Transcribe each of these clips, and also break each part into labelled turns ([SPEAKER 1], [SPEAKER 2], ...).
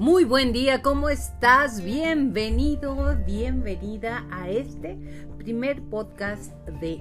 [SPEAKER 1] Muy buen día, ¿cómo estás? Bienvenido, bienvenida a este primer podcast de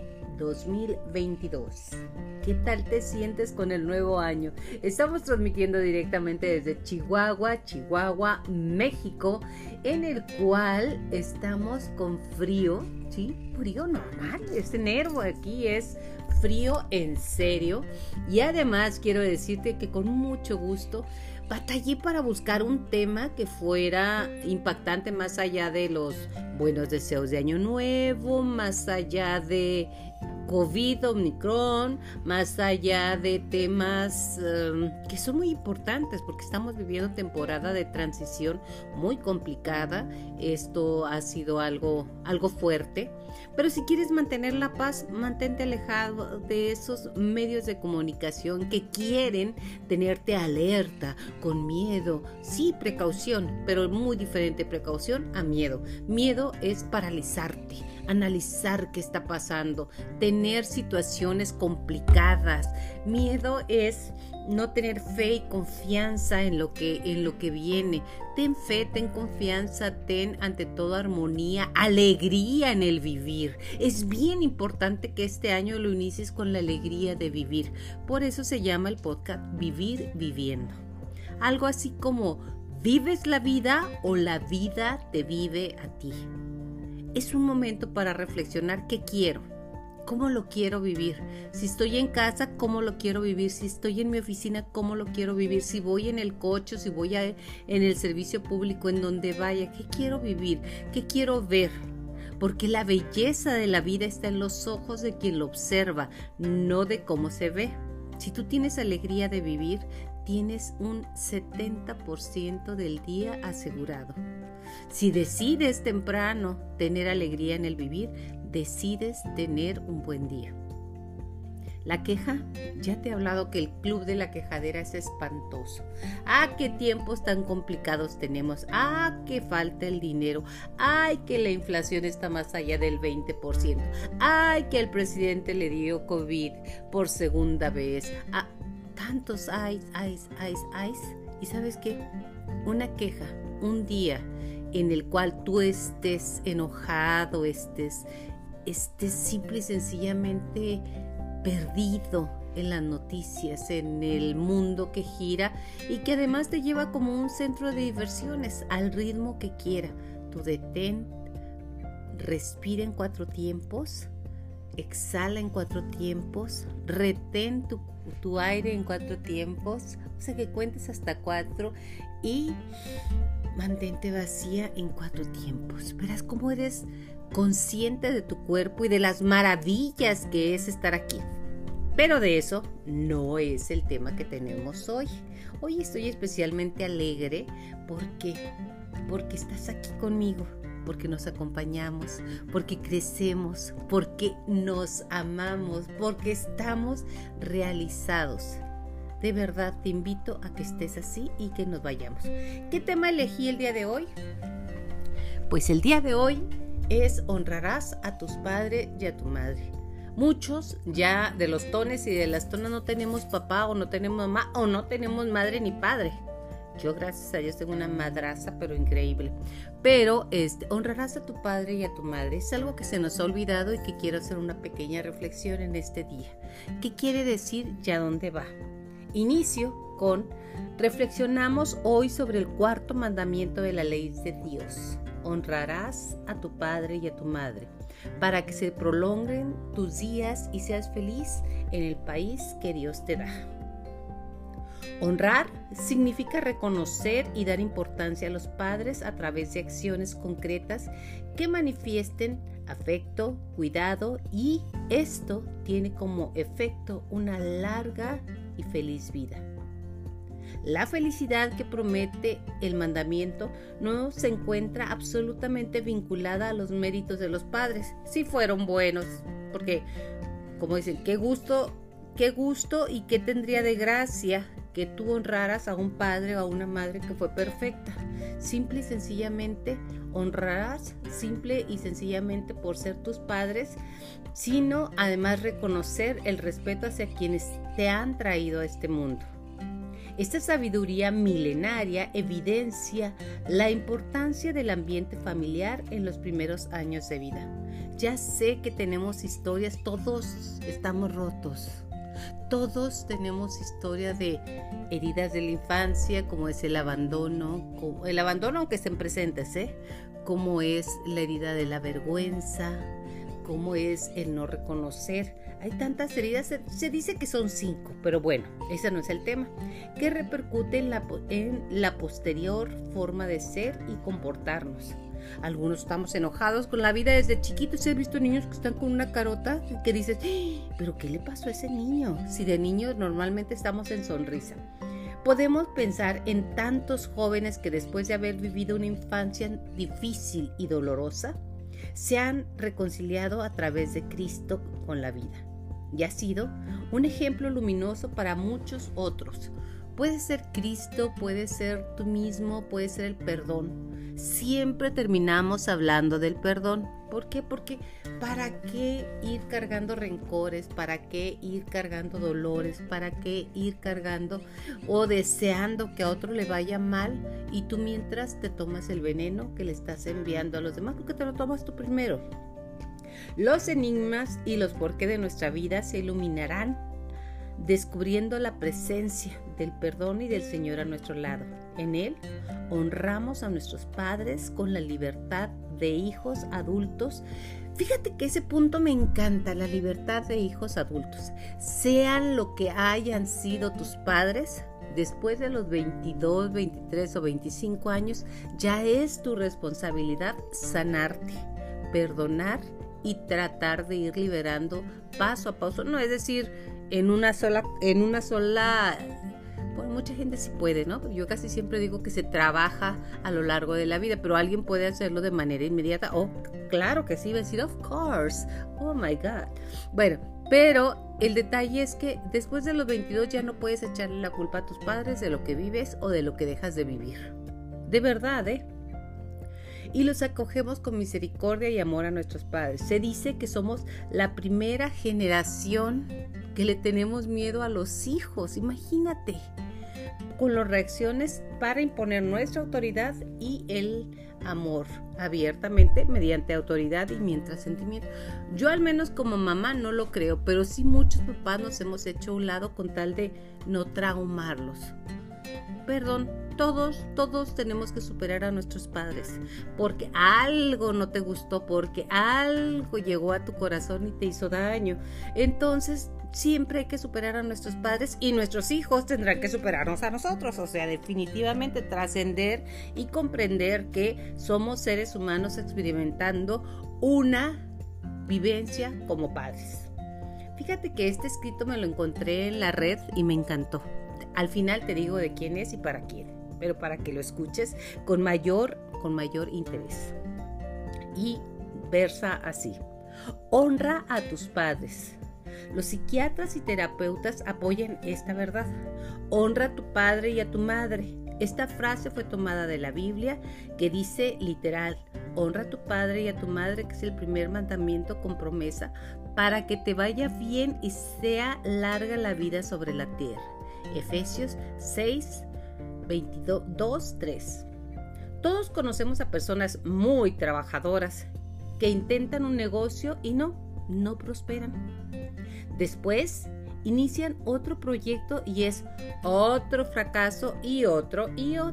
[SPEAKER 1] 2022. ¿Qué tal te sientes con el nuevo año? Estamos transmitiendo directamente desde Chihuahua, México, en el cual estamos con frío, ¿sí? Frío normal, es enero, aquí es frío en serio. Y además quiero decirte que con mucho gusto batallé para buscar un tema que fuera impactante más allá de los buenos deseos de Año Nuevo, más allá de COVID, Omicron, más allá de temas que son muy importantes porque estamos viviendo temporada de transición muy complicada. Esto ha sido algo fuerte, pero si quieres mantener la paz, mantente alejado de esos medios de comunicación que quieren tenerte alerta, con miedo. Sí, precaución, pero muy diferente precaución a miedo. Miedo es paralizarte, analizar qué está pasando, tener situaciones complicadas. Miedo es no tener fe y confianza en lo que viene. Ten fe, ten confianza, ten ante todo armonía, alegría en el vivir. Es bien importante que este año lo inicies con la alegría de vivir. Por eso se llama el podcast Vivir Viviendo. Algo así como ¿vives la vida o la vida te vive a ti? Es un momento para reflexionar qué quiero, cómo lo quiero vivir. Si estoy en casa, cómo lo quiero vivir. Si estoy en mi oficina, cómo lo quiero vivir. Si voy en el coche, si voy en el servicio público, en donde vaya, qué quiero vivir, qué quiero ver. Porque la belleza de la vida está en los ojos de quien lo observa, no de cómo se ve. Si tú tienes alegría de vivir, tienes un 70% del día asegurado. Si decides temprano tener alegría en el vivir, decides tener un buen día. La queja, ya te he hablado que el club de la quejadera es espantoso. Qué tiempos tan complicados tenemos. Que falta el dinero. Que la inflación está más allá del 20%. Que el presidente le dio COVID por segunda vez. Tantos y ¿sabes qué? Una queja, un día en el cual tú estés enojado, estés simple y sencillamente perdido en las noticias, en el mundo que gira y que además te lleva como un centro de diversiones al ritmo que quiera. Tú detén, respira en 4 tiempos, exhala en 4 tiempos, retén tu aire en 4 tiempos, o sea que cuentes hasta 4 y mantente vacía en 4 tiempos. Verás cómo eres consciente de tu cuerpo y de las maravillas que es estar aquí. Pero de eso no es el tema que tenemos hoy. Hoy estoy especialmente alegre porque estás aquí conmigo, porque nos acompañamos, porque crecemos, porque nos amamos, porque estamos realizados. De verdad te invito a que estés así y que nos vayamos. ¿Qué tema elegí el día de hoy? Pues el día de hoy es honrarás a tus padres y a tu madre. Muchos ya de los tones y de las tonas no tenemos papá o no tenemos mamá o no tenemos madre ni padre. Yo gracias a Dios tengo una madraza pero increíble. Pero honrarás a tu padre y a tu madre. Es algo que se nos ha olvidado y que quiero hacer una pequeña reflexión en este día. ¿Qué quiere decir y a dónde va? Inicio con reflexionamos hoy sobre el 4º mandamiento de la ley de Dios. Honrarás a tu padre y a tu madre para que se prolonguen tus días y seas feliz en el país que Dios te da. Honrar significa reconocer y dar importancia a los padres a través de acciones concretas que manifiesten afecto, cuidado y esto tiene como efecto una larga y feliz vida. La felicidad que promete el mandamiento no se encuentra absolutamente vinculada a los méritos de los padres, si fueron buenos, porque como dicen, qué gusto y qué tendría de gracia que tú honraras a un padre o a una madre que fue perfecta. Simple y sencillamente honrarás, simple y sencillamente por ser tus padres, sino además reconocer el respeto hacia quienes te han traído a este mundo. Esta sabiduría milenaria evidencia la importancia del ambiente familiar en los primeros años de vida. Ya sé que tenemos historias, todos estamos rotos. Todos tenemos historias de heridas de la infancia, como es el abandono aunque estén presentes, como es la herida de la vergüenza, como es el no reconocer. Hay tantas heridas, se dice que son 5, pero bueno, ese no es el tema, que repercute en la posterior forma de ser y comportarnos. Algunos estamos enojados con la vida desde chiquitos. He visto niños que están con una carota que dices, ¿pero qué le pasó a ese niño? Si de niños normalmente estamos en sonrisa. Podemos pensar en tantos jóvenes que después de haber vivido una infancia difícil y dolorosa, se han reconciliado a través de Cristo con la vida. Y ha sido un ejemplo luminoso para muchos otros. Puede ser Cristo, puede ser tú mismo, puede ser el perdón. Siempre terminamos hablando del perdón. ¿Por qué? Porque ¿para qué ir cargando rencores? ¿Para qué ir cargando dolores? ¿Para qué ir cargando o deseando que a otro le vaya mal y tú mientras te tomas el veneno que le estás enviando a los demás? Porque te lo tomas tú primero. Los enigmas y los porqué de nuestra vida se iluminarán descubriendo la presencia del perdón y del Señor a nuestro lado. En Él honramos a nuestros padres con la libertad de hijos adultos. Fíjate que ese punto me encanta, la libertad de hijos adultos. Sean lo que hayan sido tus padres, después de los 22, 23 o 25 años, ya es tu responsabilidad sanarte, perdonar y tratar de ir liberando paso a paso. No es decir, en una sola, bueno, mucha gente sí puede, ¿no? Yo casi siempre digo que se trabaja a lo largo de la vida, pero alguien puede hacerlo de manera inmediata. Oh, claro que sí, va a decir, of course, oh my God. Bueno, pero el detalle es que después de los 22 ya no puedes echarle la culpa a tus padres de lo que vives o de lo que dejas de vivir. De verdad, y los acogemos con misericordia y amor a nuestros padres. Se dice que somos la primera generación que le tenemos miedo a los hijos. Imagínate, con las reacciones para imponer nuestra autoridad y el amor abiertamente mediante autoridad y mientras sentimiento. Yo al menos como mamá no lo creo, pero sí muchos papás nos hemos hecho a un lado con tal de no traumarlos. Perdón, todos tenemos que superar a nuestros padres porque algo no te gustó, porque algo llegó a tu corazón y te hizo daño. Entonces siempre hay que superar a nuestros padres y nuestros hijos tendrán que superarnos a nosotros. O sea, definitivamente trascender y comprender que somos seres humanos experimentando una vivencia como padres. Fíjate que este escrito me lo encontré en la red y me encantó. Al final te digo de quién es y para quién, pero para que lo escuches con mayor interés. Y versa así: honra a tus padres. Los psiquiatras y terapeutas apoyan esta verdad. Honra a tu padre y a tu madre. Esta frase fue tomada de la Biblia, que dice literal: honra a tu padre y a tu madre, que es el primer mandamiento con promesa para que te vaya bien y sea larga la vida sobre la tierra. Efesios 6, 22, 3. Todos conocemos a personas muy trabajadoras que intentan un negocio y no prosperan. Después inician otro proyecto y es otro fracaso y otro.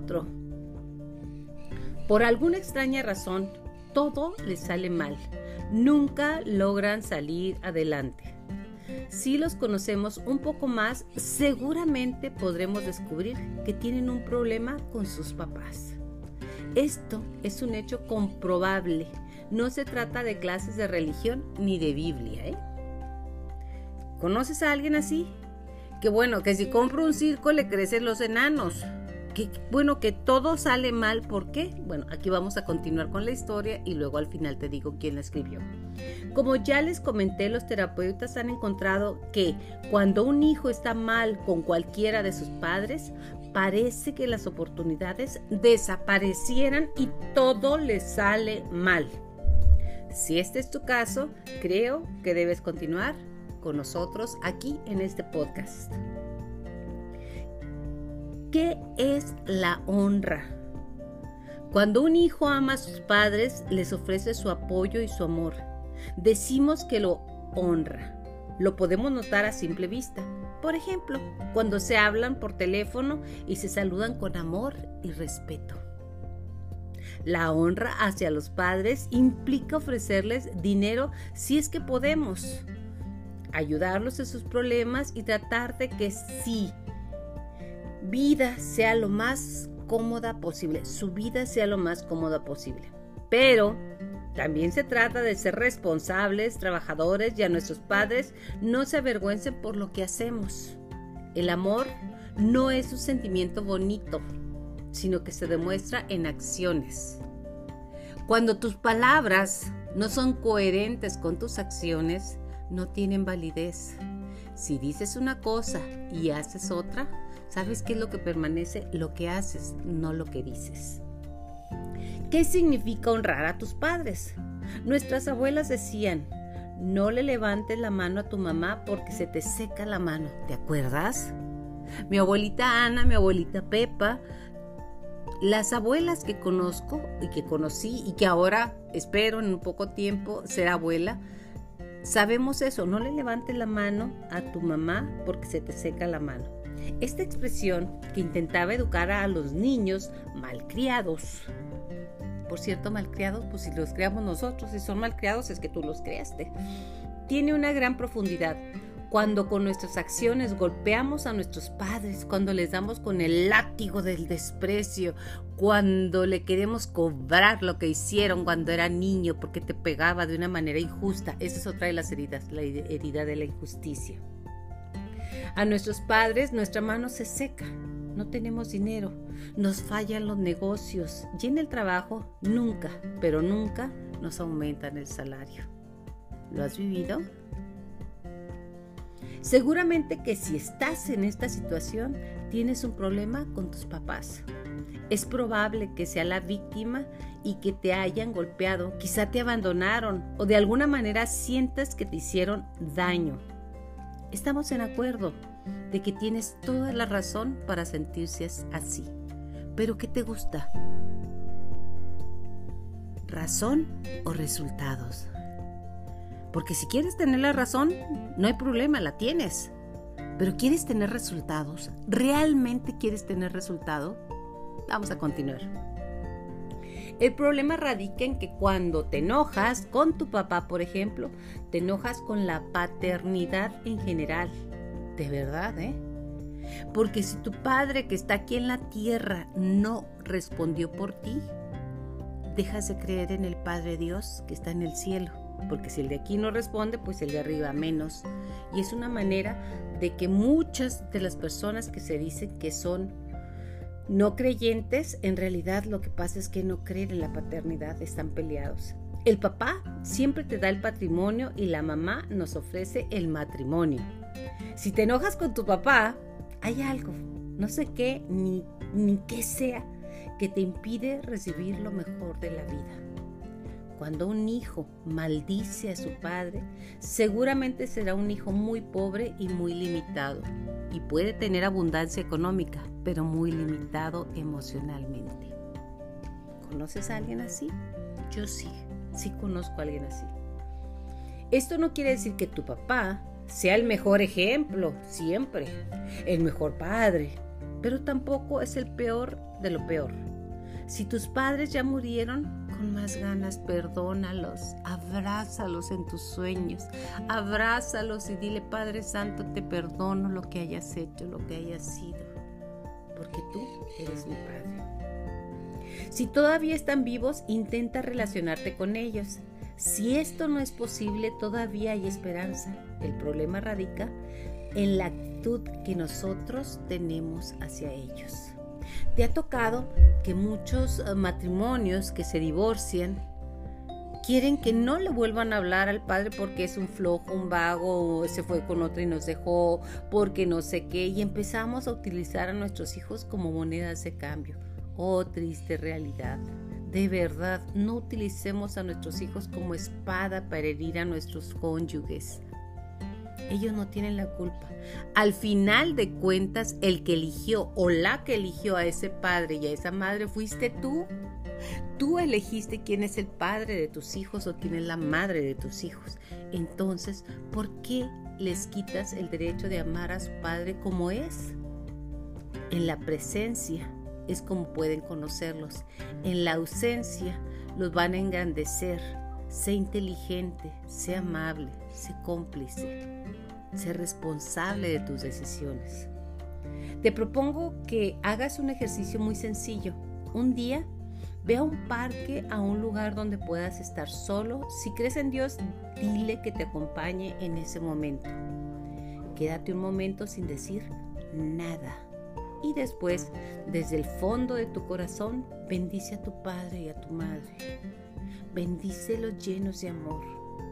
[SPEAKER 1] Por alguna extraña razón, todo les sale mal. Nunca logran salir adelante. Si los conocemos un poco más, seguramente podremos descubrir que tienen un problema con sus papás. Esto es un hecho comprobable. No se trata de clases de religión ni de Biblia, ¿Conoces a alguien así? Que si compra un circo le crecen los enanos. Que todo sale mal. ¿Por qué? Bueno, aquí vamos a continuar con la historia y luego al final te digo quién la escribió. Como ya les comenté, los terapeutas han encontrado que cuando un hijo está mal con cualquiera de sus padres, parece que las oportunidades desaparecieran y todo les sale mal. Si este es tu caso, creo que debes continuar con nosotros aquí en este podcast. ¿Qué es la honra? Cuando un hijo ama a sus padres, les ofrece su apoyo y su amor. Decimos que lo honra. Lo podemos notar a simple vista. Por ejemplo, cuando se hablan por teléfono y se saludan con amor y respeto. La honra hacia los padres implica ofrecerles dinero si es que podemos, ayudarlos en sus problemas y tratar de que su vida sea lo más cómoda posible. Pero también se trata de ser responsables, trabajadores, y a nuestros padres no se avergüencen por lo que hacemos. El amor no es un sentimiento bonito, sino que se demuestra en acciones. Cuando tus palabras no son coherentes con tus acciones, no tienen validez. Si dices una cosa y haces otra, ¿sabes qué es lo que permanece? Lo que haces, no lo que dices. ¿Qué significa honrar a tus padres? Nuestras abuelas decían: no le levantes la mano a tu mamá porque se te seca la mano. ¿Te acuerdas? Mi abuelita Ana, mi abuelita Pepa, las abuelas que conozco y que conocí y que ahora espero en un poco tiempo ser abuela, sabemos eso: no le levantes la mano a tu mamá porque se te seca la mano. Esta expresión que intentaba educar a los niños malcriados. Por cierto, malcriados, pues si los creamos nosotros, si son malcriados es que tú los creaste. Tiene una gran profundidad. Cuando con nuestras acciones golpeamos a nuestros padres, cuando les damos con el látigo del desprecio, cuando le queremos cobrar lo que hicieron cuando era niño porque te pegaba de una manera injusta, esa es otra de las heridas, la herida de la injusticia. A nuestros padres nuestra mano se seca, no tenemos dinero, nos fallan los negocios y en el trabajo nunca, pero nunca nos aumentan el salario. ¿Lo has vivido? Seguramente que si estás en esta situación, tienes un problema con tus papás. Es probable que sea la víctima y que te hayan golpeado, quizá te abandonaron o de alguna manera sientas que te hicieron daño. Estamos en acuerdo de que tienes toda la razón para sentirse así. ¿Pero qué te gusta? ¿Razón o resultados? Porque si quieres tener la razón, no hay problema, la tienes. Pero ¿quieres tener resultados? ¿Realmente quieres tener resultado? Vamos a continuar. El problema radica en que cuando te enojas con tu papá, por ejemplo, te enojas con la paternidad en general. De verdad, Porque si tu padre que está aquí en la tierra no respondió por ti, dejas de creer en el Padre Dios que está en el cielo. Porque si el de aquí no responde, pues el de arriba menos. Y es una manera de que muchas de las personas que se dicen que son no creyentes, en realidad lo que pasa es que no creen en la paternidad, están peleados. El papá siempre te da el patrimonio y la mamá nos ofrece el matrimonio. Si te enojas con tu papá, hay algo, no sé qué, ni qué sea, que te impide recibir lo mejor de la vida. Cuando un hijo maldice a su padre, seguramente será un hijo muy pobre y muy limitado. Y puede tener abundancia económica, pero muy limitado emocionalmente. ¿Conoces a alguien así? Yo sí conozco a alguien así. Esto no quiere decir que tu papá sea el mejor ejemplo, siempre, el mejor padre, pero tampoco es el peor de lo peor. Si tus padres ya murieron, con más ganas perdónalos, abrázalos en tus sueños, abrázalos y dile: Padre Santo, te perdono lo que hayas hecho, lo que hayas sido, porque tú eres mi Padre. Si todavía están vivos, intenta relacionarte con ellos. Si esto no es posible, todavía hay esperanza. El problema radica en la actitud que nosotros tenemos hacia ellos. ¿Te ha tocado que muchos matrimonios que se divorcian quieren que no le vuelvan a hablar al padre porque es un flojo, un vago, se fue con otra y nos dejó, porque no sé qué, y empezamos a utilizar a nuestros hijos como monedas de cambio? Oh, triste realidad. De verdad, no utilicemos a nuestros hijos como espada para herir a nuestros cónyuges. Ellos no tienen la culpa. Al final de cuentas, el que eligió o la que eligió a ese padre y a esa madre fuiste tú. Tú elegiste quién es el padre de tus hijos o quién es la madre de tus hijos. Entonces, ¿por qué les quitas el derecho de amar a su padre como es? En la presencia es como pueden conocerlos. En la ausencia los van a engrandecer. Sé inteligente, sé amable, sé cómplice, sé responsable de tus decisiones. Te propongo que hagas un ejercicio muy sencillo. Un día, ve a un parque, a un lugar donde puedas estar solo. Si crees en Dios, dile que te acompañe en ese momento. Quédate un momento sin decir nada. Y después, desde el fondo de tu corazón, bendice a tu padre y a tu madre. Bendícelos llenos de amor.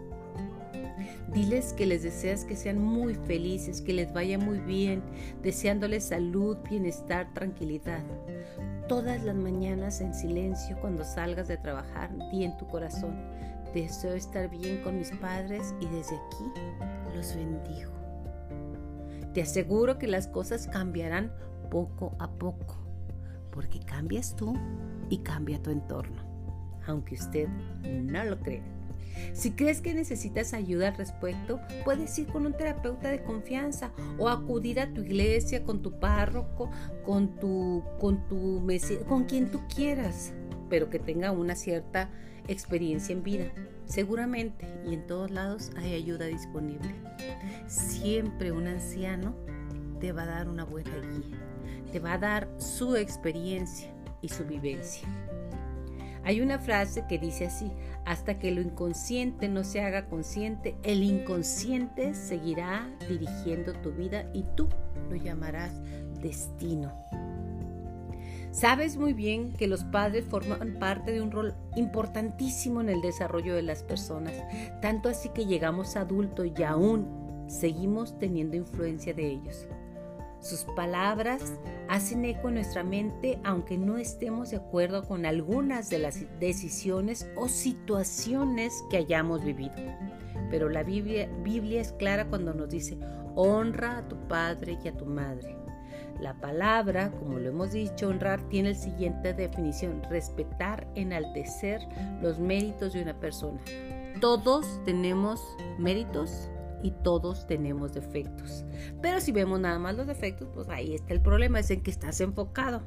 [SPEAKER 1] Diles que les deseas que sean muy felices, que les vaya muy bien, deseándoles salud, bienestar, tranquilidad. Todas las mañanas en silencio, cuando salgas de trabajar, di en tu corazón: deseo estar bien con mis padres y desde aquí los bendigo. Te aseguro que las cosas cambiarán poco a poco, porque cambias tú y cambia tu entorno, aunque usted no lo crea. Si crees que necesitas ayuda al respecto, puedes ir con un terapeuta de confianza o acudir a tu iglesia, con tu párroco, con quien tú quieras, pero que tenga una cierta experiencia en vida. Seguramente y en todos lados hay ayuda disponible. Siempre un anciano te va a dar una buena guía, te va a dar su experiencia y su vivencia. Hay una frase que dice así: hasta que lo inconsciente no se haga consciente, el inconsciente seguirá dirigiendo tu vida y tú lo llamarás destino. Sabes muy bien que los padres forman parte de un rol importantísimo en el desarrollo de las personas, tanto así que llegamos a adultos y aún seguimos teniendo influencia de ellos. Sus palabras hacen eco en nuestra mente, aunque no estemos de acuerdo con algunas de las decisiones o situaciones que hayamos vivido. Pero la Biblia es clara cuando nos dice: honra a tu padre y a tu madre. La palabra, como lo hemos dicho, honrar, tiene la siguiente definición: respetar, enaltecer los méritos de una persona. Todos tenemos méritos y todos tenemos defectos. Pero si vemos nada más los defectos, pues ahí está el problema, es en que estás enfocado.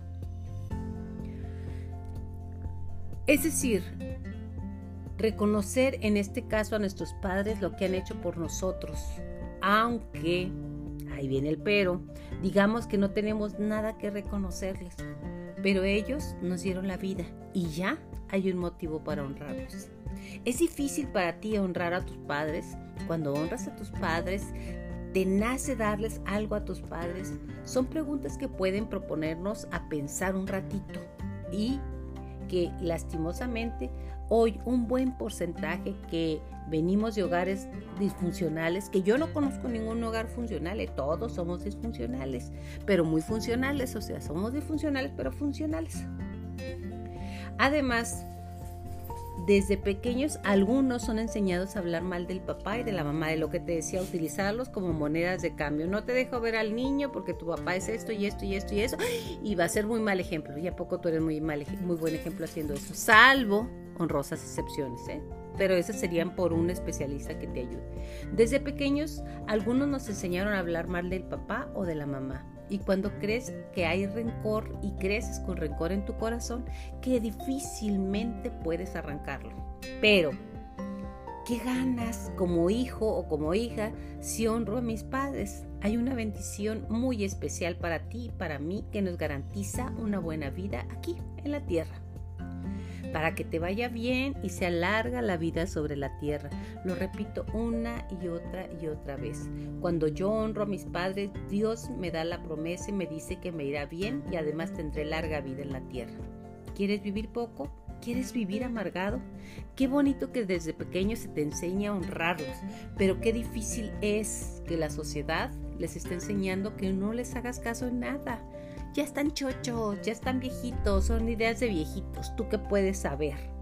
[SPEAKER 1] Es decir, reconocer en este caso a nuestros padres lo que han hecho por nosotros, aunque, ahí viene el pero, digamos que no tenemos nada que reconocerles, pero ellos nos dieron la vida y ya hay un motivo para honrarlos. ¿Es difícil para ti honrar a tus padres? Cuando honras a tus padres, ¿te nace darles algo a tus padres? Son preguntas que pueden proponernos a pensar un ratito y que lastimosamente hoy un buen porcentaje que venimos de hogares disfuncionales, que yo no conozco ningún hogar funcional, todos somos disfuncionales, pero muy funcionales, o sea, somos disfuncionales pero funcionales. Además, desde pequeños algunos son enseñados a hablar mal del papá y de la mamá, de lo que te decía, utilizarlos como monedas de cambio. No te dejo ver al niño porque tu papá es esto y esto y esto y eso, y va a ser muy mal ejemplo. Y a poco tú eres muy buen ejemplo haciendo eso, salvo honrosas excepciones, pero esas serían por un especialista que te ayude. Desde pequeños algunos nos enseñaron a hablar mal del papá o de la mamá. Y cuando crees que hay rencor y creces con rencor en tu corazón, que difícilmente puedes arrancarlo. Pero, ¿qué ganas como hijo o como hija si honro a mis padres? Hay una bendición muy especial para ti y para mí que nos garantiza una buena vida aquí en la tierra. Para que te vaya bien y se alarga la vida sobre la tierra. Lo repito una y otra vez. Cuando yo honro a mis padres, Dios me da la promesa y me dice que me irá bien y además tendré larga vida en la tierra. ¿Quieres vivir poco? ¿Quieres vivir amargado? Qué bonito que desde pequeño se te enseña a honrarlos, pero qué difícil es que la sociedad les esté enseñando que no les hagas caso en nada. Ya están chochos, ya están viejitos, son ideas de viejitos. ¿Tú qué puedes saber?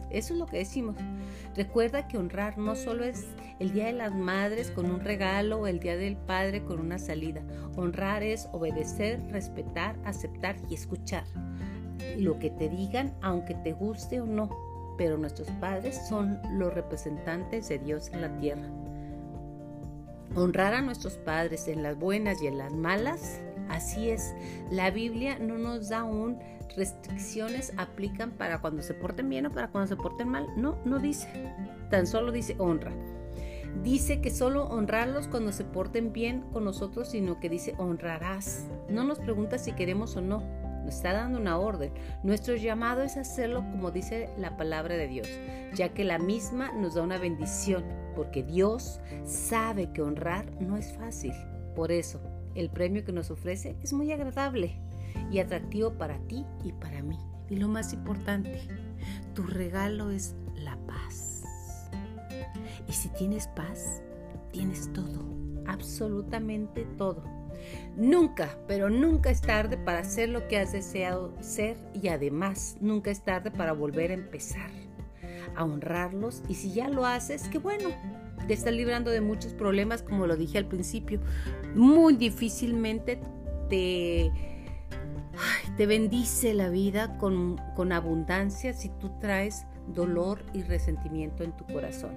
[SPEAKER 1] Eso es lo que decimos. Recuerda que honrar no solo es el Día de las Madres con un regalo o el Día del Padre con una salida. Honrar es obedecer, respetar, aceptar y escuchar lo que te digan, aunque te guste o no. Pero nuestros padres son los representantes de Dios en la tierra. Honrar a nuestros padres en las buenas y en las malas, así es. La Biblia no nos da restricciones aplican para cuando se porten bien o para cuando se porten mal. No dice. Tan solo dice honra. Dice que solo honrarlos cuando se porten bien con nosotros, sino que dice honrarás. No nos pregunta si queremos o no. Nos está dando una orden. Nuestro llamado es hacerlo como dice la palabra de Dios, ya que la misma nos da una bendición, porque Dios sabe que honrar no es fácil. Por eso, el premio que nos ofrece es muy agradable y atractivo para ti y para mí. Y lo más importante, tu regalo es la paz. Y si tienes paz, tienes todo, absolutamente todo. Nunca, pero nunca es tarde para hacer lo que has deseado ser, y además nunca es tarde para volver a empezar a honrarlos. Y si ya lo haces, qué bueno, te estás librando de muchos problemas, como lo dije al principio. Muy difícilmente te bendice la vida con abundancia si tú traes dolor y resentimiento en tu corazón.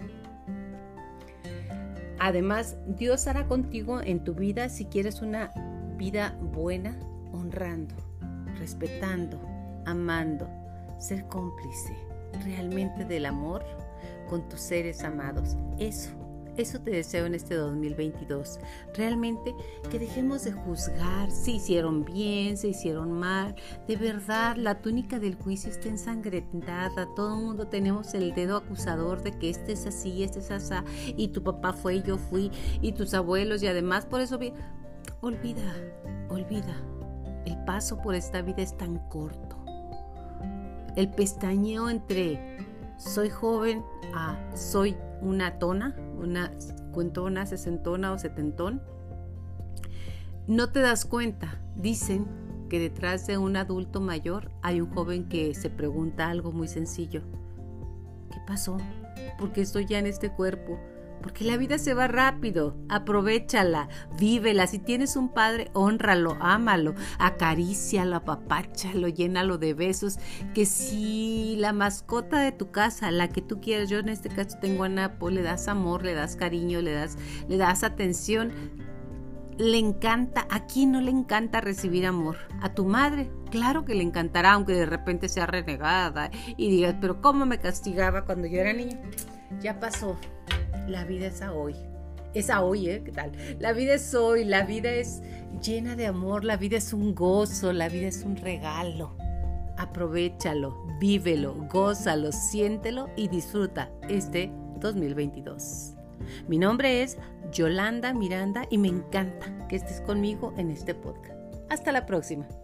[SPEAKER 1] Además, Dios hará contigo en tu vida si quieres una vida buena, honrando, respetando, amando, ser cómplice realmente del amor con tus seres amados. Eso te deseo en este 2022. Realmente que dejemos de juzgar si hicieron bien, si hicieron mal. De verdad, la túnica del juicio está ensangrentada. Todo el mundo tenemos el dedo acusador de que este es así, este es asá, y tu papá fue y yo fui, y tus abuelos, y además por eso olvida. El paso por esta vida es tan corto. El pestañeo entre soy joven a soy una tona, una cuentona, sesentona o setentón, no te das cuenta. Dicen que detrás de un adulto mayor hay un joven que se pregunta algo muy sencillo: ¿qué pasó? ¿Por qué estoy ya en este cuerpo? Porque la vida se va rápido. Aprovéchala, vívela. Si tienes un padre, hónralo, ámalo, acarícialo, apapáchalo, llénalo de besos. Que si la mascota de tu casa, la que tú quieras, yo en este caso tengo a Napo, le das amor, le das cariño, le das atención, le encanta. ¿A quién no le encanta recibir amor? A tu madre, claro que le encantará, aunque de repente sea renegada y digas, pero ¿cómo me castigaba cuando yo era niño? Ya pasó. La vida es a hoy. Es a hoy, ¿Qué tal? La vida es hoy, la vida es llena de amor, la vida es un gozo, la vida es un regalo. Aprovéchalo, vívelo, gózalo, siéntelo y disfruta este 2022. Mi nombre es Yolanda Miranda y me encanta que estés conmigo en este podcast. Hasta la próxima.